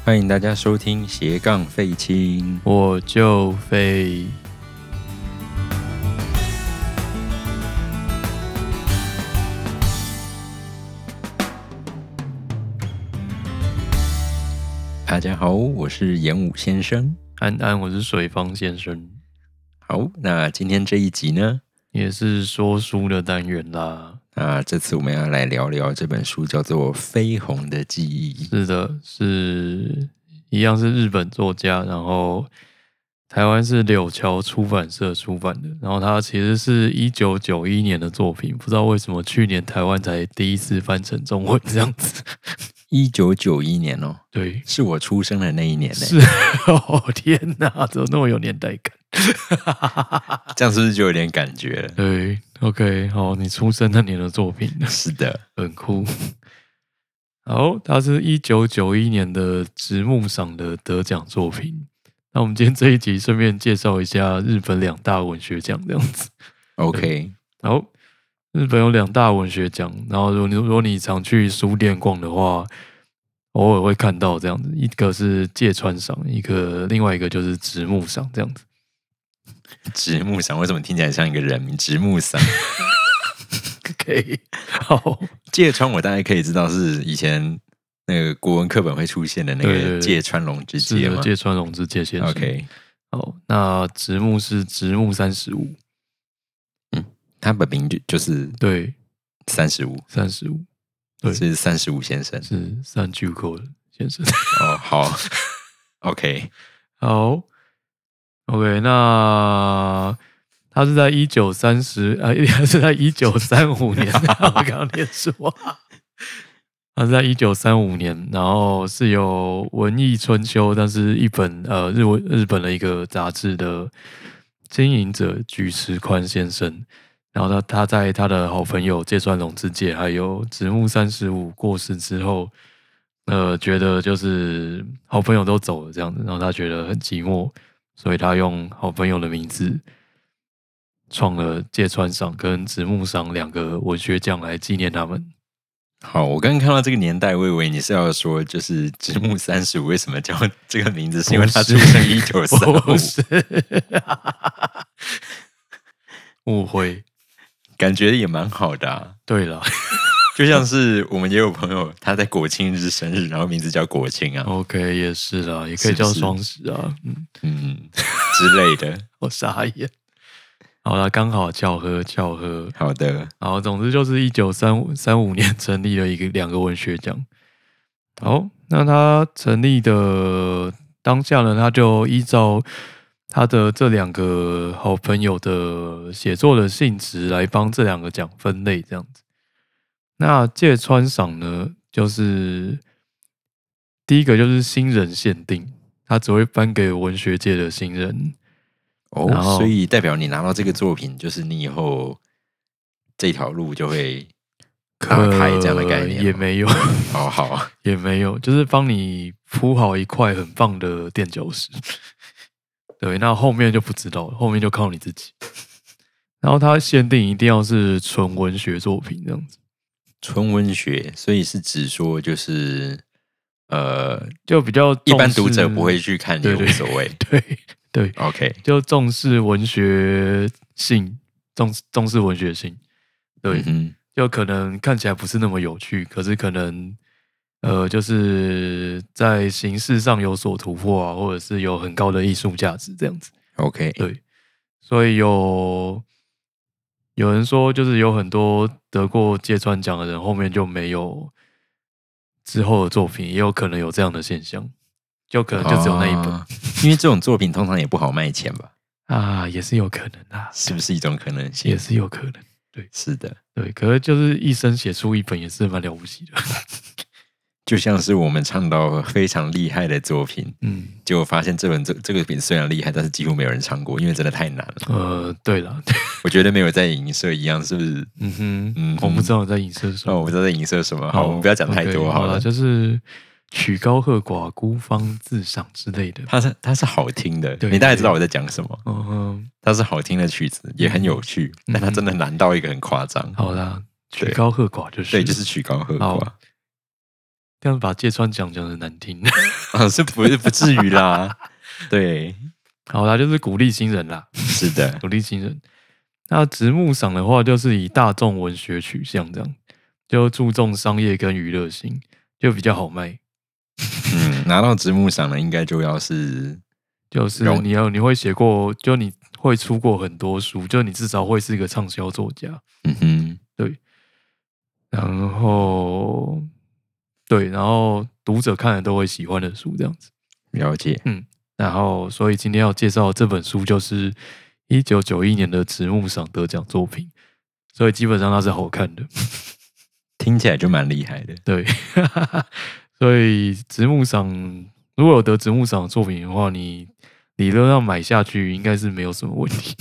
欢迎大家收听斜杠废青， 我就废。 大家好，我是演武先生。 安安，我是水方先生。 好，那今天这一集呢， 也是说书的单元啦。 那这次我们要来聊聊这本书，叫做《绯红的记忆》。 是的，是一样是日本作家，然后台湾是柳桥出版社出版的，然后它其实是1991年的作品，不知道为什么去年台湾才第一次翻成中文这样子。 1991年哦， 对， 是我出生的那一年呢。 是哦，天哪，怎么那么有年代感？ 这样是不是就有点感觉了？ 对 ，OK， 好，你出生那年的作品， 是的， 很酷。好，它是1991年的直木赏的得奖作品。那我们今天这一集顺便介绍一下日本两大文学奖这样子。 OK， 好，日本有两大文学奖，然后如果你常去书店逛的话，偶尔会看到这样子，一个是芥川赏，另外一个就是直木赏这样子。 直木赏为什么听起来像一个人名？直木赏。 OK， 好， 芥川我大概可以知道是以前那个国文课本会出现的那个芥川龙之介嘛。 芥川龙之介先生。 OK， 好，那直木是直木35。 他本名就是对 35， 对， 是35先生， 是三句口的先生。 哦，好，OK， 好 ，OK， 那他是在他是在1935年，我刚刚念错，他是在1935年，然后是由《文艺春秋》，但是一本日本的一个杂志的经营者菊池宽先生。然后他在他的好朋友芥川龙之介还有直木35过世之后，觉得就是好朋友都走了这样子，然后他觉得很寂寞，所以他用好朋友的名字创了芥川赏跟直木赏两个文学奖来纪念他们。 好，我刚刚看到这个年代，我以为你是要说就是直木35为什么叫这个名字，是因为他出生1935， 不是，误会。 感觉也蛮好的啊。 对了， 就像是我们也有朋友他在国庆日生日，然后名字叫国庆啊。 OK， 也是啦，也可以叫双十啊， 之类的。 我傻眼。好了，刚好巧合。 好的， 好，总之就是1935年成立了两个文学奖。好，那他成立的当下呢，他就依照他的这两个好朋友的写作的性质来帮这两个奖分类，这样子。那芥川赏呢，就是第一个就是新人限定，他只会颁给文学界的新人。 哦，所以代表你拿到这个作品，就是你以后这条路就会打开这样的概念。 也没有， 好， 也没有，就是帮你铺好一块很棒的垫脚石。对，那后面就不知道了，后面就靠你自己。然后它限定一定要是纯文学作品这样子。 纯文学，所以是指说就是就比较一般读者不会去看也无所谓。 对 ，OK， 就重视文学性，重视文学性。对，就可能看起来不是那么有趣，可是可能就是在形式上有所突破啊，或者是有很高的艺术价值这样子。 OK， 对，所以有人说，就是有很多得过芥川奖的人，后面就没有之后的作品，也有可能有这样的现象，就可能就只有那一本， 因为这种作品通常也不好卖钱吧？ 啊，也是有可能啊， 是不是一种可能性？ 也是有可能，对， 是的， 对，可是就是一生写出一本也是蛮了不起的。 就像是我们唱到非常厉害的作品，结果发现这个品虽然厉害，但是几乎没有人唱过，因为真的太难了。 对了， 我觉得没有在影射一样，是不是？ 我不知道我在影射什么。 我不知道在影射什么。好，我们不要讲太多。 好了，就是曲高和寡，孤芳自赏之类的。 它是好听的，你大概知道我在讲什么。它是好听的曲子，也很有趣，但它真的难到一个很夸张。 好啦，曲高和寡就是对，就是曲高和寡。 这样把芥川奖讲的难听是不至于啦。对， 好啦，就是鼓励新人啦。 是的， 鼓励新人。那直木赏的话，就是以大众文学取向，这样就注重商业跟娱乐性，就比较好卖。 拿到直木赏的应该就是你会写过，就你会出过很多书，就你至少会是一个畅销作家。对。然后读者看了都会喜欢的书，这样子。 了解。 然后所以今天要介绍的这本书就是1991年的直木赏得奖作品，所以基本上它是好看的。 听起来就蛮厉害的。 对，所以直木赏如果有得直木赏的作品的话，你理论上买下去应该是没有什么问题。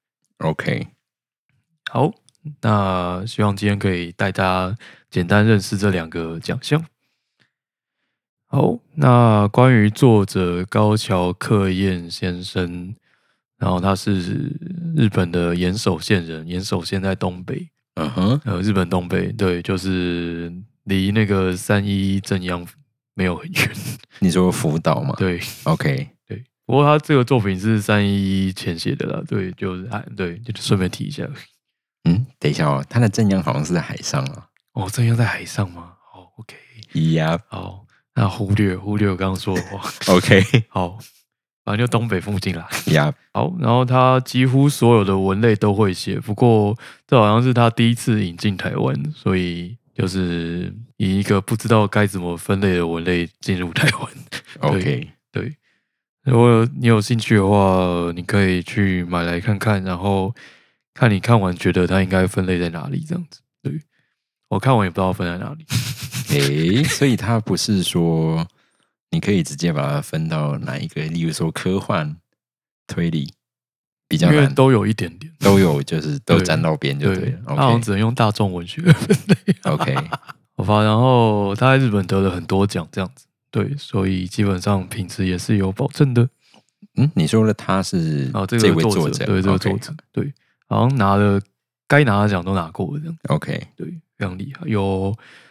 OK， 好，那希望今天可以带大家简单认识这2个奖项。好，那关于作者高桥克彦先生，然后他是日本的岩手县人，岩手县在东北。日本东北，对，就是离那个311震央没有很远。你说福岛吗？ 对 ，OK， 对。不过他这个作品是311前写的啦，对，就是顺便提一下。 等一下哦，他的震央好像是在海上啊。 哦，震央在海上吗？哦 ，OK， 好，那忽略我刚刚说的话。 OK， 好。反正就东北附近啦。 好， 然后他几乎所有的文类都会写，不过这好像是他第一次引进台湾，所以就是以一个不知道该怎么分类的文类进入台湾。 OK， 对。如果你有兴趣的话，你可以去买来看看，然后看你看完觉得它应该分类在哪里，这样子。对，我看完也不知道分在哪里。 所以他不是说你可以直接把它分到哪一个，例如说科幻、推理比较难， 因为都有一点点， 都有，就是都沾到边就对了。 他好像只能用大众文学分类。 OK， 好吧。然后他在日本得了很多奖，这样子。对，所以基本上品质也是有保证的。 你说的他是这位作者， 对，这个作者，对，好像拿了该拿的奖都拿过了，这样。 OK， 对，非常厉害，有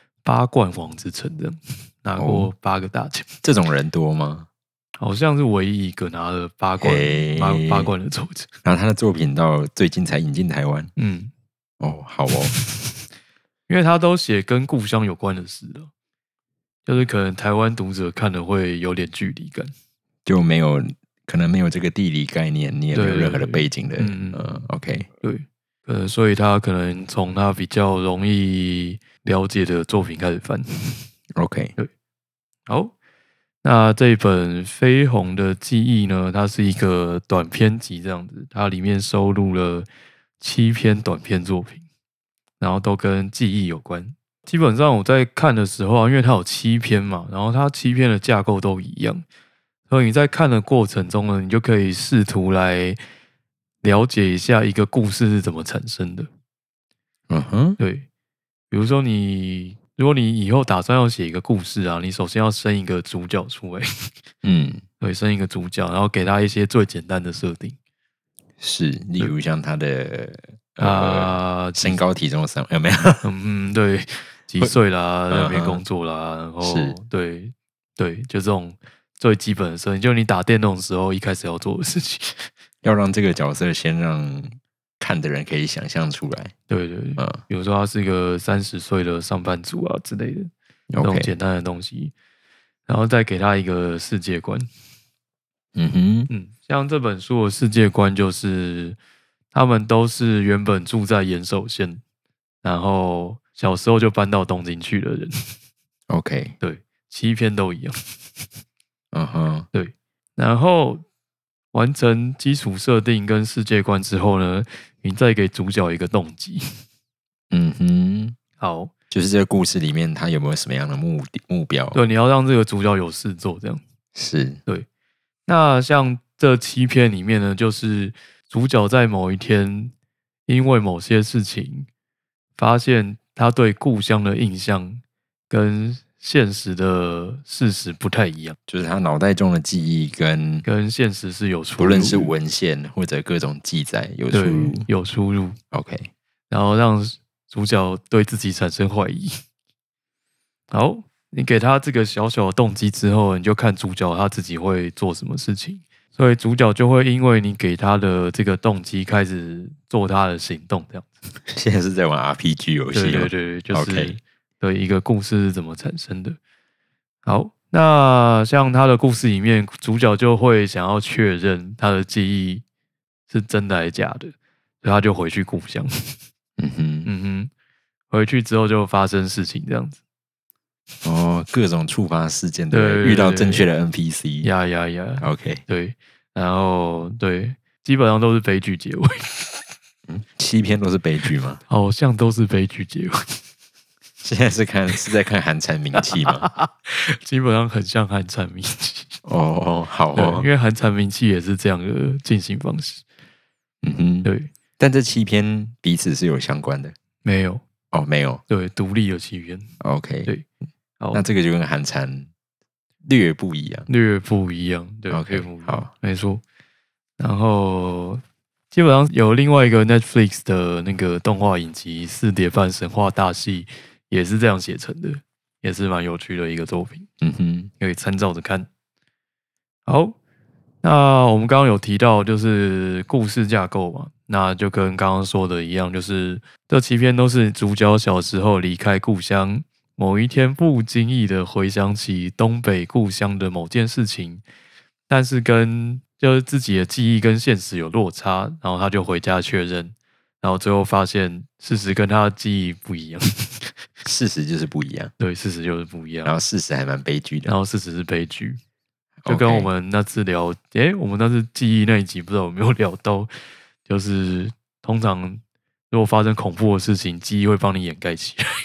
8冠王之称，这样拿过8个大奖。 这种人多吗？ 好像是唯一一个拿了8冠的作者。 然后他的作品到最近才引进台湾。好哦， 因为他都写跟故乡有关的事了，就是可能台湾读者看了会有点距离感， 就可能没有这个地理概念，你也没有任何的背景的。OK， 对，所以他可能从他比较容易了解的作品开始翻。 OK， 对，好，那这一本《绯红的记忆》呢，它是一个短篇集这样子，它里面收录了7篇短篇作品，然后都跟记忆有关。基本上我在看的时候因为它有7篇嘛，然后它7篇的架构都一样，所以你在看的过程中呢，你就可以试图来了解一下一个故事是怎么产生的。对，比如说如果你以后打算要写一个故事啊，你首先要生一个主角出来。对，生一个主角，然后给他一些最简单的设定。 是，例如像他的身高体重有没有？ 对，几岁啦，在那边工作啦，然后对，就这种最基本的设定，就你打电动的时候一开始要做的事情， 要让这个角色先让看的人可以想象出来。 对，比如说他是一个30岁的上班族啊之类的，这种简单的东西，然后再给他一个世界观。像这本书的世界观就是他们都是原本住在岩手县，然后小时候就搬到东京去的人。 OK， 对，7篇都一样。对，然后完成基础设定跟世界观之后呢，你再给主角一个动机。好， 就是这个故事里面他有没有什么样的目标？ 对，你要让这个主角有事做，这样是对。那像这7篇里面呢，就是主角在某一天因为某些事情发现他对故乡的印象跟现实的事实不太一样， 就是他脑袋中的记忆跟现实是有出入， 不论是文献或者各种记载有出入。 OK， 然后让主角对自己产生怀疑。好， 你给他这个小小的动机之后，你就看主角他自己会做什么事情。所以主角就会因为你给他的这个动机，开始做他的行动，这样子。 现在是在玩 RPG 游戏， 对，就是的一个故事是怎么产生的。好，那像他的故事里面，主角就会想要确认他的记忆是真的还是假的，所以他就回去故乡。回去之后就发生事情这样子。 各种触发事件，对，遇到正确的 NPC， 呀 ，OK， 对，然后对，基本上都是悲剧结尾。 7篇都是悲剧吗？ 好像都是悲剧结尾。 现在是在看寒蝉鸣泣吗？ 基本上很像寒蝉鸣泣。 好因为寒蝉鸣泣也是这样的进行方式。对。 但这7篇彼此是有相关的？没有。没有。 对，独立有7篇。 OK。 对。好， 那这个就跟寒蝉略不一样。 对。 OK。好， 没错。然后基本上有另外一个 Netflix 的那个动画影集《4叠半神话大戏》也是这样写成的，也是蛮有趣的一个作品。可以参照着看。好，那我们刚刚有提到就是故事架构嘛，那就跟刚刚说的一样，就是这7篇都是主角小时候离开故乡，某一天不经意的回想起东北故乡的某件事情，但是就是自己的记忆跟现实有落差，然后他就回家确认，然后最后发现事实跟他的记忆不一样。 事实就是不一样。 对，事实就是不一样。 然后事实还蛮悲剧的。 然后事实是悲剧。就跟我们那次聊，我们那次记忆那一集不知道有没有聊到，就是通常如果发生恐怖的事情，记忆会帮你掩盖起来。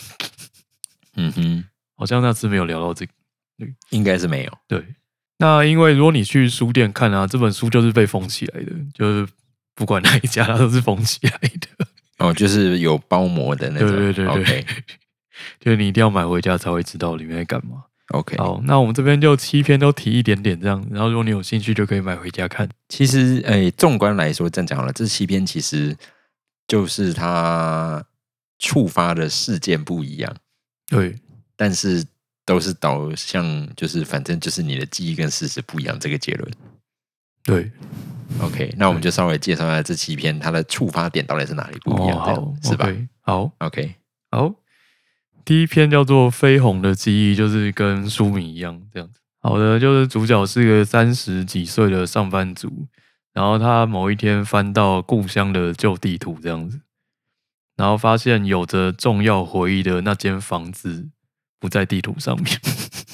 好像那次没有聊到这个。 应该是没有。 对。那因为如果你去书店看啊，这本书就是被封起来的，就是不管哪一家它都是封起来的。 就是有包膜的那种。 对。OK。就是你一定要买回家才会知道里面在干嘛。 OK。 好，那我们这边就7篇都提一点点这样，然后如果你有兴趣就可以买回家看。 其实纵观来说，这样讲好了，这7篇其实就是它触发的事件不一样。 对。 但是都是导向，就是反正就是你的记忆跟事实不一样这个结论。 对。 OK， 那我们就稍微介绍一下这7篇它的触发点到底是哪里不一样， 好， 是吧？ 好 ，OK， 好。第一篇叫做《绯红的记忆》，就是跟书名一样这样子。好的，就是主角是个30几岁的上班族，然后他某一天翻到故乡的旧地图这样子，然后发现有着重要回忆的那间房子不在地图上面。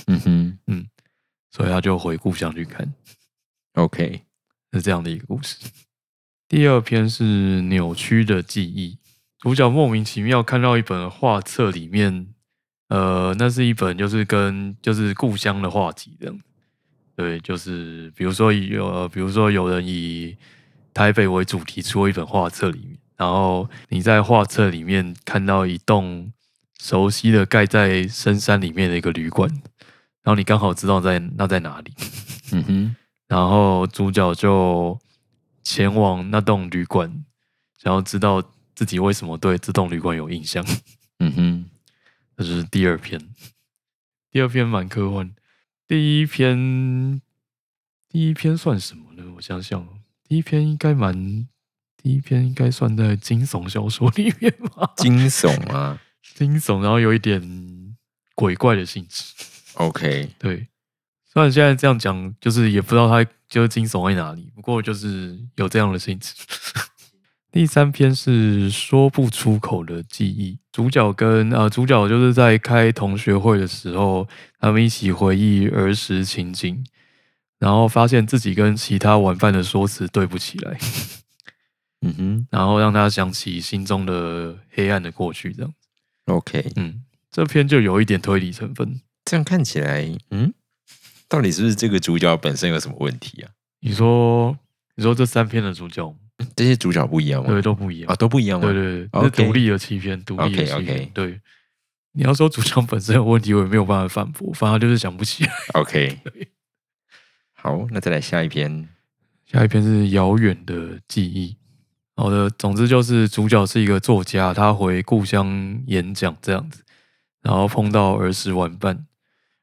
所以他就回故乡去看。 OK， 是这样的一个故事。第二篇是扭曲的记忆。主角莫名其妙看到一本画册，里面，那是一本就是故乡的画集这样。对，就是比如说有人以台北为主题出了一本画册里面，然后你在画册里面看到一栋熟悉的盖在深山里面的一个旅馆，然后你刚好知道那在哪里。然后主角就前往那栋旅馆，想要知道自己为什么对这栋旅馆有印象。这就是第二篇。第二篇蛮科幻。第一篇算什么呢？我想想，第一篇应该算在惊悚小说里面吧。 惊悚啊， 惊悚，然后有一点鬼怪的性质。 OK， 对。虽然现在这样讲，就是也不知道它就是惊悚在哪里，不过就是有这样的性质。第三篇是说不出口的记忆。主角就是在开同学会的时候，他们一起回忆儿时情景，然后发现自己跟其他玩伴的说辞对不起来。然后让他想起心中的黑暗的过去，这样。 OK， 这篇就有一点推理成分。 这样看起来，到底是不是这个主角本身有什么问题啊？ 你说这3篇的主角， 这些主角不一样吗？ 对，都不一样啊，都不一样吗？ 对，是独立的7篇，独立的7篇。对，你要说主角本身有问题，我也没有办法反驳，反正就是想不起来。 OK， 好，那再来下一篇。 下一篇是遥远的记忆。好的，总之就是主角是一个作家，他回故乡演讲这样子，然后碰到儿时玩伴，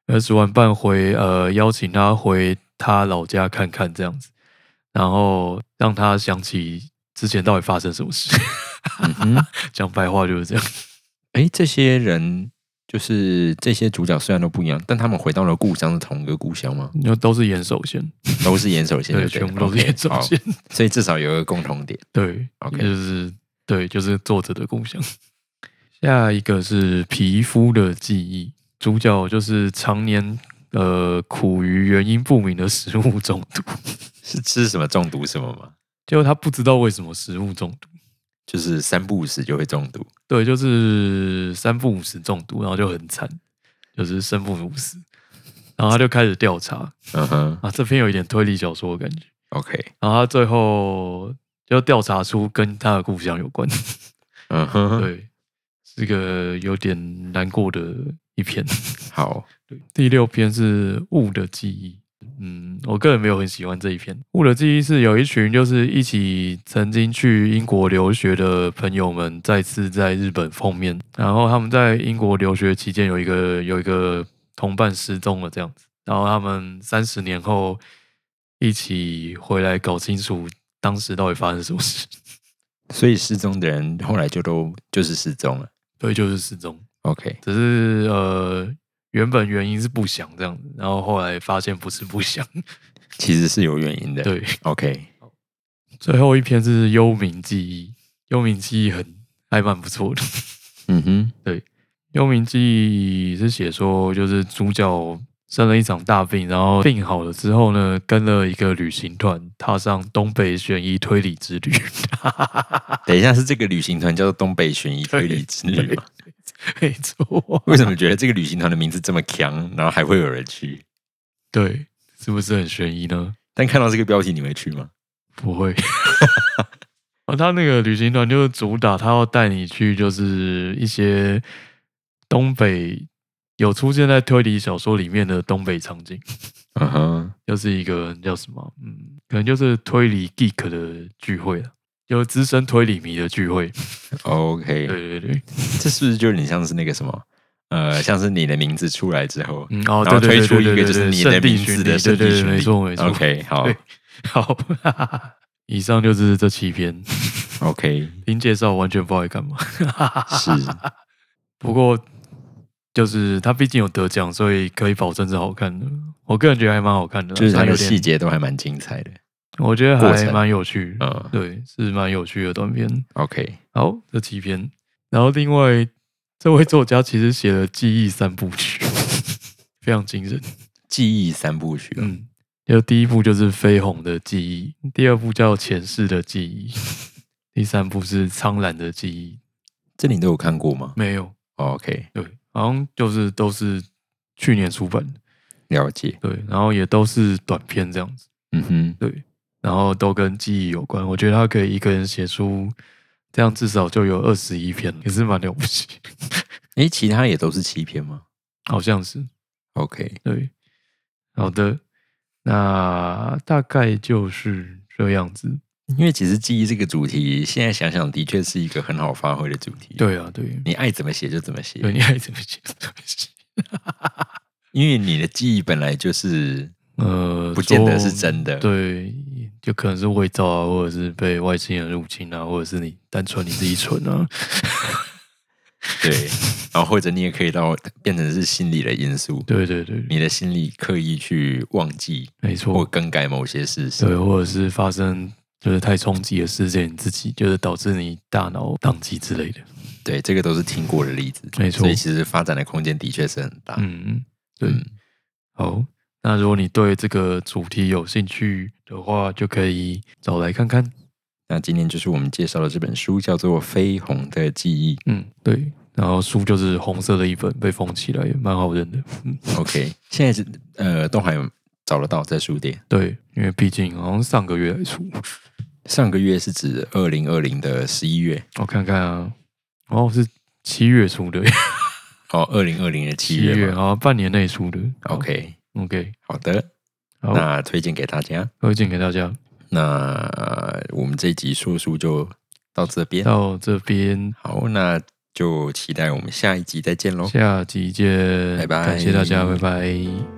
，20晚半邀请他回他老家看看这样子，然后让他想起之前到底发生什么事。讲白话就是这样。 这些人就是这些主角虽然都不一样，但他们回到了故乡是同一个故乡吗？ 都是岩手县， 都是岩手县， 对，全部都是岩手县， 所以至少有一个共同点。 对 ，OK， 就是作者的故乡。下一个是皮肤的记忆，主角就是常年苦于原因不明的食物中毒。 是吃什么中毒什么吗？ 结果他不知道为什么食物中毒， 就是3不5时就会中毒。 对，就是3不5时中毒，然后就很惨，就是生不如死。然后他就开始调查，这篇有一点推理小说的感觉。 OK， 然后他最后就调查出跟他的故乡有关。对，是个有点难过的一篇。 好， 对，第6篇是雾的记忆。我个人没有很喜欢这一篇。雾的记忆是有一群就是一起曾经去英国留学的朋友们再次在日本碰面，然后他们在英国留学期间有一个同伴失踪了这样子，然后他们30年后一起回来搞清楚当时到底发生什么事。 所以失踪的人后来就是失踪了。 对，就是失踪。 OK， 只是原本原因是不详这样子，然后后来发现不是不详， 其实是有原因的。 对 ，OK。 最后一篇是幽冥记忆，幽冥记忆还蛮不错的。对，幽冥记忆是写说就是主角生了一场大病，然后病好了之后呢，跟了一个旅行团踏上东北悬疑推理之旅。 等一下，是这个旅行团叫做东北悬疑推理之旅吗？ 没错。 为什么觉得这个旅行团的名字这么强，然后还会有人去？ 对，是不是很悬疑呢？ 但看到这个标题，你会去吗？ 不会。他那个旅行团就是主打，他要带你去，就是一些东北有出现在推理小说里面的东北场景。就是一个叫什么，可能就是推理 geek 的聚会了。有资深推理迷的聚会。 OK， 对， 这是不是就有点像是那个什么？像是你的名字出来之后， 然后推出一个就是你的名字的圣地巡礼， 没错。 OK， 好， 以上就是这7篇。 OK， 听介绍完全不知道在干嘛。 是， 不过就是他毕竟有得奖，所以可以保证是好看的。我个人觉得还蛮好看的， 就是它的细节都还蛮精彩的。 我觉得还蛮有趣，对，是蛮有趣的短篇。 OK， 好，这7篇。然后另外这位作家其实写了记忆3部曲，非常惊人。 记忆3部曲， 就第1部就是绯红的记忆，第2部叫前世的记忆，第3部是苍兰的记忆。 这你都有看过吗？ 没有。 OK， 对，好像就是都是去年出版的。 了解。 对，然后也都是短篇这样子。对。然后都跟记忆有关，我觉得他可以一个人写出这样，至少就有21篇，也是蛮了不起。 其他也都是7篇吗？ 好像是。 OK， 对，好的，那大概就是这样子。 因为其实记忆这个主题，现在想想的确是一个很好发挥的主题。 对啊，对， 你爱怎么写就怎么写。 对，你爱怎么写就怎么写。 因为你的记忆本来就是不见得是真的。 对，就可能是伪造啊，或者是被外星人入侵啊，或者是你单纯你自己蠢啊。 对，然后或者你也可以变成是心理的因素。 对， 你的心理刻意去忘记， 没错， 或更改某些事实。 对，或者是发生就是太冲击的事件，你自己就是导致你大脑宕机之类的。 对，这个都是听过的例子， 没错。 所以其实发展的空间的确是很大。 对。好，那如果你对这个主题有兴趣的话，就可以找来看看。 那今天就是我们介绍的这本书，叫做《绯红的记忆》。 对。然后书就是红色的一本，被封起来，也蛮好认的。 OK， 现在都还找得到在书店。 对，因为毕竟好像上个月来出。 上个月是指2020的11月。 我看看啊，是7月出的。 2020的7月嘛，半年内出的。 OK， 好的， 好， 那推荐给大家。那我们这一集说书就到这边。 好，那就期待我们下一集再见喽！ 下集见， 拜拜， 感谢大家，拜拜。